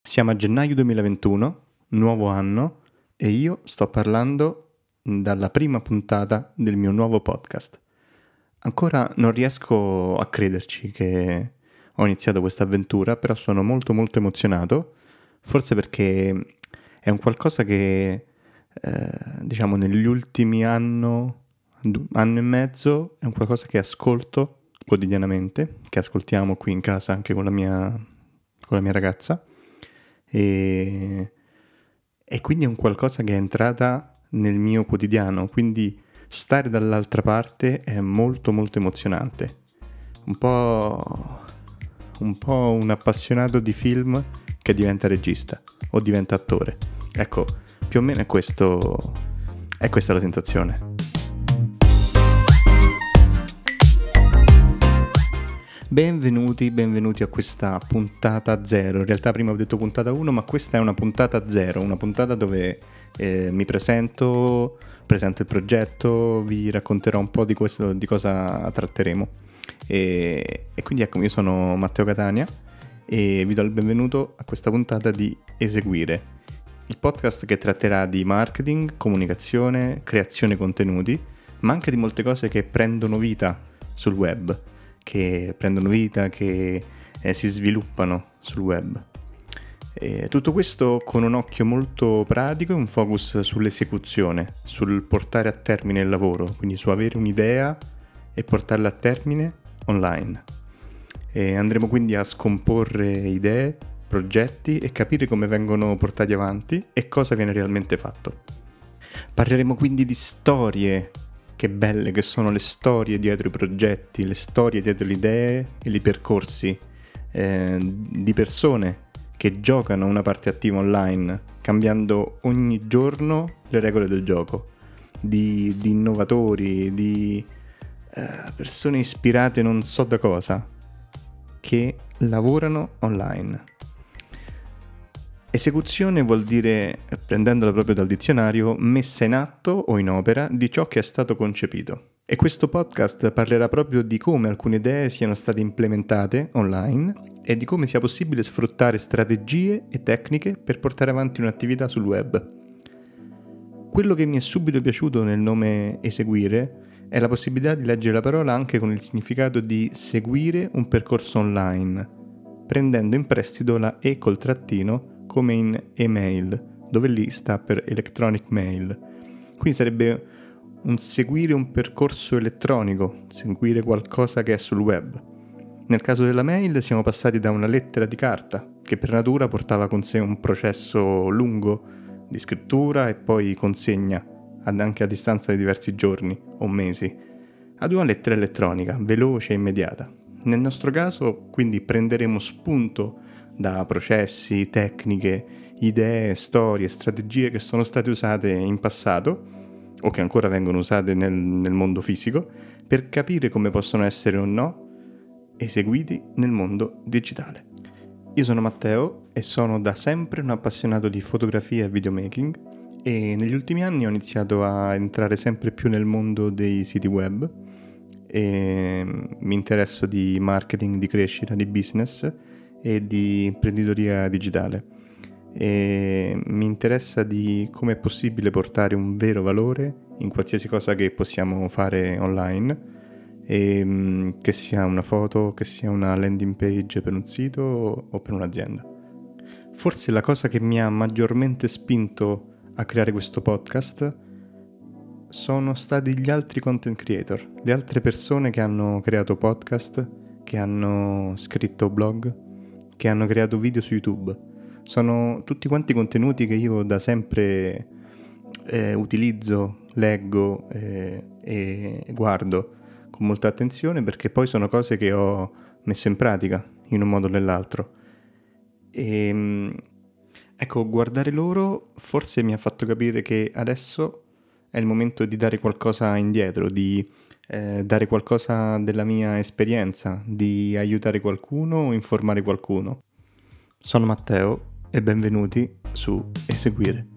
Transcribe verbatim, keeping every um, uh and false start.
Siamo a gennaio duemilaventuno, nuovo anno, e io sto parlando dalla prima puntata del mio nuovo podcast. Ancora non riesco a crederci che ho iniziato questa avventura, però sono molto molto emozionato, forse perché è un qualcosa che, eh, diciamo, negli ultimi anno, anno e mezzo, è un qualcosa che ascolto quotidianamente, che ascoltiamo qui in casa anche con la mia, con la mia ragazza. E, e quindi è un qualcosa che è entrata nel mio quotidiano, quindi stare dall'altra parte è molto molto emozionante. Un po', un po' un appassionato di film che diventa regista o diventa attore. Ecco, più o meno è questo, è questa la sensazione. Benvenuti, benvenuti a questa puntata zero. In realtà prima ho detto puntata uno, ma questa è una puntata zero, una puntata dove eh, mi presento, presento il progetto, vi racconterò un po' di, questo, di cosa tratteremo. E, e quindi ecco, io sono Matteo Catania e vi do il benvenuto a questa puntata di Eseguire, il podcast che tratterà di marketing, comunicazione, creazione contenuti, ma anche di molte cose che prendono vita sul web. che prendono vita, che eh, si sviluppano sul web. E tutto questo con un occhio molto pratico e un focus sull'esecuzione, sul portare a termine il lavoro, quindi su avere un'idea e portarla a termine online. E andremo quindi a scomporre idee, progetti e capire come vengono portati avanti e cosa viene realmente fatto. Parleremo quindi di storie. Che belle che sono le storie dietro i progetti, le storie dietro le idee e i percorsi eh, di persone che giocano una parte attiva online, cambiando ogni giorno le regole del gioco, di, di innovatori, di eh, persone ispirate non so da cosa, che lavorano online. Esecuzione vuol dire, prendendola proprio dal dizionario, messa in atto o in opera di ciò che è stato concepito. E questo podcast parlerà proprio di come alcune idee siano state implementate online e di come sia possibile sfruttare strategie e tecniche per portare avanti un'attività sul web. Quello che mi è subito piaciuto nel nome Eseguire è la possibilità di leggere la parola anche con il significato di seguire un percorso online, prendendo in prestito la E col trattino come in email, dove lì sta per electronic mail. Quindi sarebbe un seguire un percorso elettronico, seguire qualcosa che è sul web. Nel caso della mail siamo passati da una lettera di carta, che per natura portava con sé un processo lungo di scrittura e poi consegna, anche a distanza di diversi giorni o mesi, ad una lettera elettronica, veloce e immediata. Nel nostro caso, quindi, prenderemo spunto da processi, tecniche, idee, storie, strategie che sono state usate in passato o che ancora vengono usate nel, nel mondo fisico per capire come possono essere o no eseguiti nel mondo digitale. Io sono Matteo e sono da sempre un appassionato di fotografia e videomaking e negli ultimi anni ho iniziato a entrare sempre più nel mondo dei siti web e mi interesso di marketing, di crescita, di business e di imprenditoria digitale e mi interessa di come è possibile portare un vero valore in qualsiasi cosa che possiamo fare online, e, che sia una foto, che sia una landing page per un sito o per un'azienda. Forse la cosa che mi ha maggiormente spinto a creare questo podcast sono stati gli altri content creator, le altre persone che hanno creato podcast, che hanno scritto blog, che hanno creato video su YouTube. Sono tutti quanti contenuti che io da sempre eh, utilizzo, leggo eh, e guardo con molta attenzione, perché poi sono cose che ho messo in pratica in un modo o nell'altro. E ecco, guardare loro forse mi ha fatto capire che adesso è il momento di dare qualcosa indietro, di eh, dare qualcosa della mia esperienza, di aiutare qualcuno o informare qualcuno. Sono Matteo e benvenuti su Eseguire.